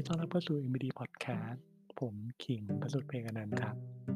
ต้อนรับเข้าสู่ MBD Podcast ผมขิง ประสุทธิ์เพลงอนันต์ครับ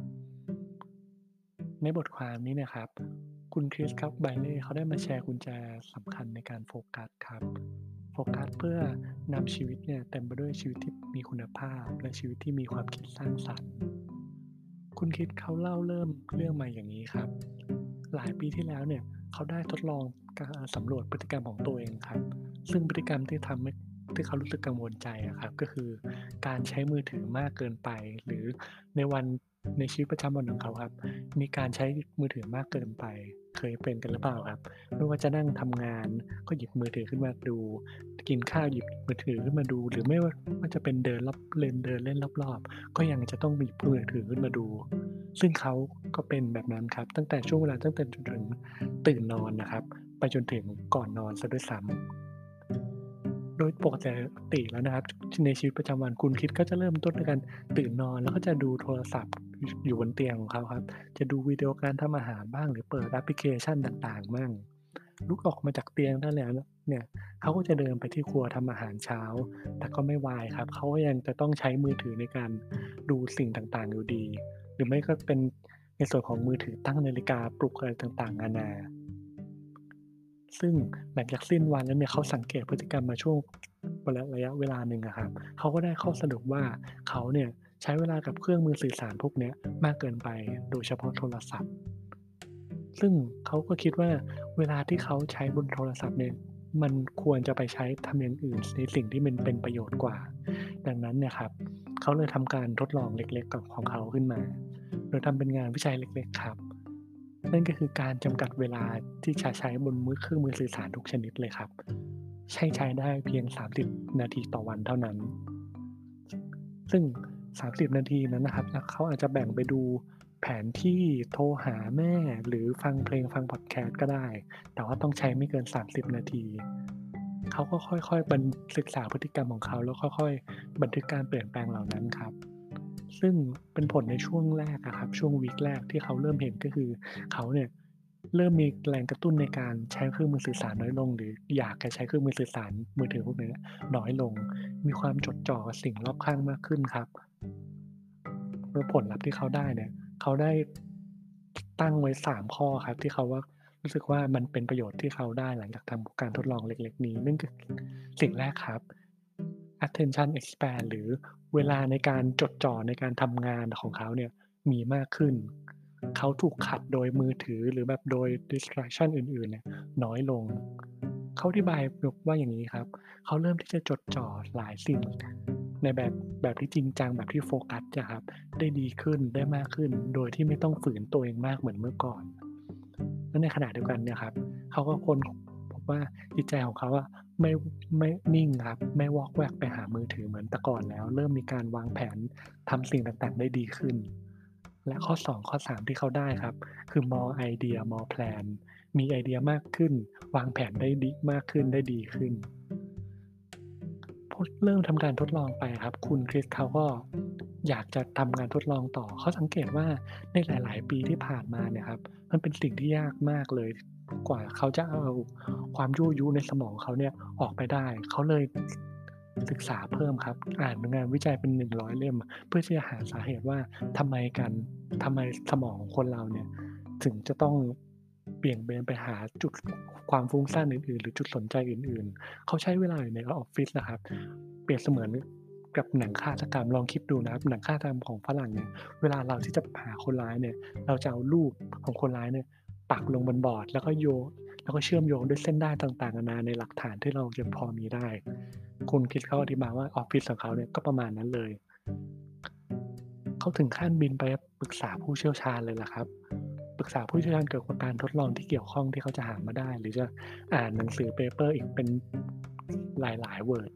ในบทความนี้เนี่ยครับ คุณคริสครับ Bailey เขาได้มาแชร์กุญแจสำคัญในการโฟกัสครับ โฟกัสเพื่อนำชีวิตเนี่ยเต็มไปด้วยชีวิตที่มีคุณภาพ และชีวิตที่มีความคิดสร้างสรรค์ คุณคริสเขาเริ่มเรื่องมาอย่างนี้ครับ หลายปีที่แล้วเนี่ยเขาได้ทดลองการสำรวจพฤติกรรมของตัวเองครับ ซึ่งพฤติกรรมที่ทำให้ที่เขารู้สึกกังวลใจอะครับก็คือการใช้มือถือมากเกินไปหรือในในชีวิตประจำวันของเขาครับมีการใช้มือถือมากเกินไปเคยเป็นกันหรือเปล่าครับไม่ว่าจะนั่งทำงานก็หยิบมือถือขึ้นมาดูกินข้าวหยิบมือถือขึ้นมาดูหรือไม่ว่าจะเป็นเดินเดินเล่นรอบๆก็ยังจะต้องหยิบมือถือขึ้นมาดูซึ่งเขาก็เป็นแบบนั้นครับตั้งแต่ช่วงเวลาตั้งแต่จนถึงตื่นนอนนะครับไปจนถึงก่อนนอนเสียด้วยซ้ำ โดยปกติแล้วนะครับในชีวิตประจำวันคุณคิดก็จะเริ่มต้นด้วยการตื่นนอนแล้วก็จะดูโทรศัพท์อยู่บนเตียงของเขาครับจะดูวิดีโอการทำอาหารบ้างหรือเปิดแอปพลิเคชันต่างๆมั่งลุกออกมาจากเตียงได้แล้วเนี่ยเขาก็จะเดินไปที่ครัวทำอาหารเช้าแต่ก็ไม่วายครับเขาก็ยังจะต้องใช้มือถือในการดูสิ่งต่างๆอยู่ดีหรือไม่ก็เป็นในส่วนของมือถือตั้งนาฬิกาปลุกอะไรต่างๆนานา ซึ่งหลังจากสิ้นวันแล้วเนี่ยเขาสังเกตพฤติกรรมมาช่วงระยะเวลาหนึ่งอะครับเขาก็ได้ข้อสรุปว่าเขาเนี่ยใช้เวลากับเครื่องมือสื่อสารพวกเนี้ยมากเกินไปโดยเฉพาะโทรศัพท์ซึ่งเขาก็คิดว่าเวลาที่เขาใช้บนโทรศัพท์เนี่ยมันควรจะไปใช้ทำอย่างอื่นในสิ่งที่มันเป็นประโยชน์กว่าดังนั้นเนี่ยครับเขาเลยทำการทดลองเล็กๆกับของเขาขึ้นมาโดยทำเป็นงานวิจัยเล็กๆครับ นั่นก็คือการจำกัดเวลาที่จะใช้บนเครื่องมือสื่อสารทุกชนิดเลยครับใช้ได้เพียง30นาทีต่อวันเท่านั้นซึ่ง30นาทีนั้นนะครับแล้วเขาอาจจะแบ่งไปดูแผนที่โทรหาแม่หรือฟังเพลงฟังพอดแคสต์ก็ได้แต่ว่าต้องใช้ไม่เกิน30นาทีเขาก็ค่อยๆศึกษาพฤติกรรมของเขาแล้วค่อยๆบันทึกการเปลี่ยนแปลงเหล่านั้นครับ ซึ่งเป็นผลในช่วงแรกอะครับช่วงวีกแรกที่เขาเริ่มเห็นก็คือเขาเนี่ยเริ่มมีแรงกระตุ้นในการใช้เครื่องมือสื่อสารน้อยลงหรืออยากจะใช้เครื่องมือสื่อสารมือถือพวกนี้น้อยลงมีความจดจ่อกับสิ่งรอบข้างมากขึ้นครับแล้วผลลัพธ์ที่เขาได้เนี่ยเขาได้ตั้งไว้3ข้อครับที่เขาว่ารู้สึกว่ามันเป็นประโยชน์ที่เขาได้หลังจากทำการทดลองเล็กๆนี้นั่นก็คือสิ่งแรกครับ attention span หรือเวลาในการจดจ่อในการทำงานของเขาเนี่ยมีมากขึ้น เขาถูกขัดโดยมือถือหรือแบบโดย distraction อื่นๆเนี่ยน้อยลง เขาอธิบายว่าอย่างนี้ครับเขาเริ่มที่จะจดจ่อหลายสิ่งในแบบที่จริงจังแบบที่โฟกัสอะครับได้ดีขึ้นได้มากขึ้นโดยที่ไม่ต้องฝืนตัวเองมากเหมือนเมื่อก่อนและในขณะเดียวกันเนี่ยครับเขาก็พบว่าจิตใจของเขาอะไม่ไม่นิ่งครับไม่วอกแวกไปหามือถือเหมือนแต่ก่อนแล้วเริ่มมีการวางแผนทำสิ่งต่างๆได้ดีขึ้นและข้อ2ข้อ3ที่เขาได้ครับคือ more idea more plan มีไอเดียมากขึ้นวางแผนได้ดีมากขึ้นได้ดีขึ้นพอเริ่มทำการทดลองไปครับคุณคริสเขาก็อยากจะทำงานทดลองต่อเขาสังเกตว่าในหลายๆปีที่ผ่านมาเนี่ยครับมันเป็นสิ่งที่ยากมากเลยกว่าเขาจะเอาความยั่วยุในสมองเขาเนี่ยออกไปได้เขาเลยศึกษาเพิ่มครับอ่านงานวิจัยเป็น100เล่มเพื่อที่จะหาสาเหตุว่าทำไมกันทำไมสมองของคนเราเนี่ย ถึงจะต้องเบี่ยงเบนไปหาจุดความฟุ้งซ่านอื่นๆหรือจุดสนใจอื่นๆ เขาใช้เวลาอยู่ในออฟฟิศนะครับเปรียบเสมือนกับหนังฆาตกรรมลองคิดดูนะครับหนังฆาตกรรมของฝรั่งเนี่ยเวลาเราที่จะหาคนร้ายเนี่ยเราจะเอารูปของคนร้ายเนี่ยปักลงบนบอร์ดแล้วก็เชื่อมโยงด้วยเส้นด้ายต่างๆนานาในหลักฐานที่เรายังพอมีได้คุณคิดเขาอธิบายว่าออฟฟิศของเขาเนี่ยก็ประมาณนั้นเลยเขาถึงขั้นบินไปปรึกษาผู้เชี่ยวชาญเลยล่ะครับ ปรึกษาผู้เชี่ยวชาญเกี่ยวกับการทดลองที่เกี่ยวข้องที่เขาจะหามาได้หรือจะอ่านหนังสือเปเปอร์อีกเป็นหลายๆ Word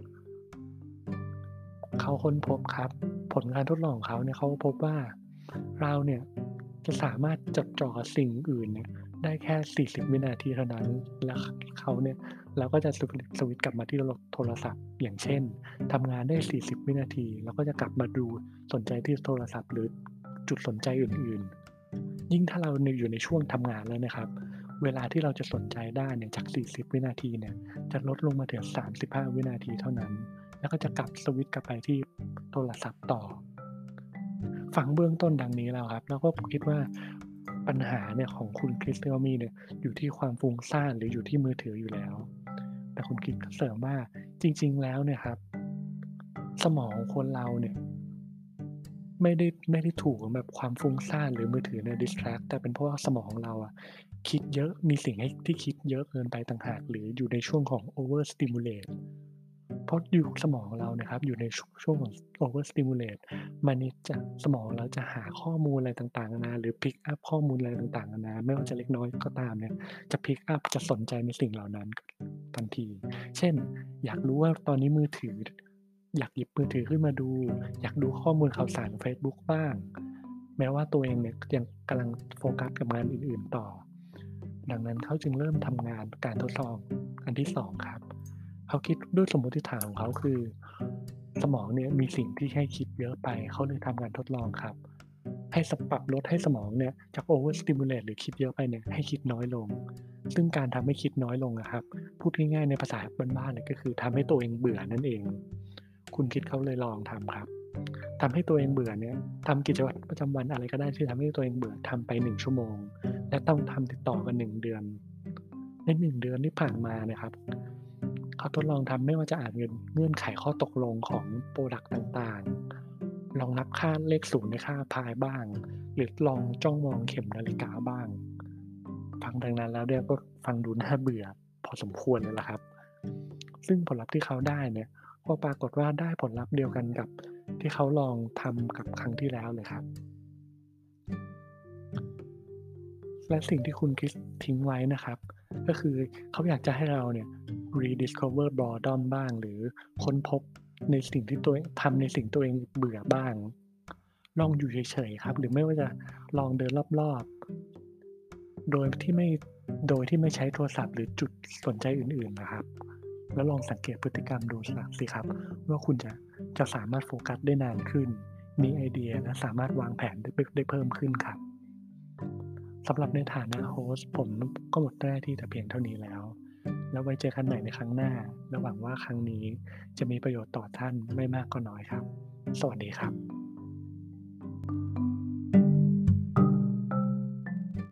เขาค้นพบครับผลการทดลองของเขาเนี่ยเขาพบว่าเราเนี่ยจะสามารถจดจ่อกับสิ่งอื่นเนี่ยได้แค่40วินาทีเท่านั้นแล้วเขาเนี่ยเราก็จะสวิตช์กลับมาที่โทรศัพท์อย่างเช่นทำงานได้40วินาทีแล้วก็จะกลับมาดูสนใจที่โทรศัพท์หรือจุดสนใจอื่นๆยิ่งถ้าเราอยู่ในช่วงทำงานแล้วนะครับเวลาที่เราจะสนใจได้เนี่ยจาก40วินาทีเนี่ยจะลดลงมาเหลือ35วินาทีเท่านั้นแล้วก็จะกลับสวิตช์กลับไปที่โทรศัพท์ต่อฟังเบื้องต้นดังนี้แล้วครับแล้วก็คิดว่าปัญหาเนี่ยของคุณคริสที่ว่ามีเนี่ยอยู่ที่ความฟุ้งซ่านหรืออยู่ที่มือถืออยู่แล้วแต่คุณคริสก็เสริมว่าจริงๆแล้วเนี่ยครับสมองของคนเราเนี่ยไม่ได้ถูกแบบความฟุ้งซ่านหรือมือถือเนี่ย distract แต่เป็นเพราะว่าสมองของเราอะคิดเยอะมีสิ่งให้ที่คิดเยอะเกินไปต่างหากหรืออยู่ในช่วงของ over stimulate เพราะอยู่สมองเราเนี่ยครับอยู่ในช่วงของ over stimulate มันนี่จะสมองเราจะหาข้อมูลอะไรต่างๆนานาหรือ pick up ข้อมูลอะไรต่างๆนานาไม่ว่าจะเล็กน้อยก็ตามเนี่ยจะ pick up จะสนใจในสิ่งเหล่านั้นทันทีเช่นอยากรู้ว่าตอนนี้มือถืออยากหยิบมือถือขึ้นมาดูอยากดูข้อมูลข่าวสารของเฟซบุ๊กบ้างแม้ว่าตัวเองเนี่ยยังกำลังโฟกัสกับงานอื่นๆต่อดังนั้นเขาจึงเริ่มทำงานการทดลองอันที่2ครับ เขาคิดด้วยสมมติฐานของเขาคือสมองเนี่ยมีสิ่งที่ให้คิดเยอะไปเขาเลยทำการทดลองครับให้ปรับลดให้สมองเนี่ยจาก over stimulate หรือคิดเยอะไปเนี่ยให้คิดน้อยลงซึ่งการทำให้คิดน้อยลงอะครับพูดง่ายๆในภาษาบ้านๆเลยก็คือทำให้ตัวเองเบื่อนั่นเองคุณคิดเขาเลยลองทำครับทำให้ตัวเองเบื่อเนี่ยทำกิจวัตรประจำวันอะไรก็ได้ที่ทำให้ตัวเองเบื่อทำไป1ชั่วโมงและต้องทำติดต่อกัน1เดือนใน1เดือนที่ผ่านมาเนี่ยครับ เขาทดลองทำไม่ว่าจะอ่านเงื่อนไขข้อตกลงของพรอดักต์ต่างๆลองนับค่าเลขศูนย์ในค่าพายบ้างหรือลองจ้องมองเข็มนาฬิกาบ้างฟังดังนั้นแล้วเนี่ยก็ฟังดูน่าเบื่อพอสมควรเลยล่ะครับซึ่งผลลัพธ์ที่เขาได้เนี่ยก็ปรากฏว่าได้ผลลัพธ์เดียวกันกับที่เขาลองทำกับครั้งที่แล้วเลยครับ และสิ่งที่คุณคริสทิ้งไว้นะครับก็คือเขาอยากจะให้เราเนี่ย rediscover boredom บ้างหรือค้นพบในสิ่งที่ตัวเองทำในสิ่งตัวเองเบื่อบ้างลองอยู่เฉยๆครับหรือไม่ว่าจะลองเดินรอบๆโดยที่ไม่ใช้โทรศัพท์หรือจุดสนใจอื่นๆนะครับแล้วลองสังเกตพฤติกรรมดูสิครับว่าคุณจะสามารถโฟกัสได้นานขึ้นมีไอเดียและสามารถวางแผนได้เพิ่มขึ้นครับ สำหรับในฐานะโฮสต์ผมก็หมดหน้าที่แต่เพียงเท่านี้แล้ว แล้วไว้เจอกันใหม่ในครั้งหน้าและหวังว่าครั้งนี้จะมีประโยชน์ต่อท่านไม่มากก็น้อยครับ สวัสดีครับ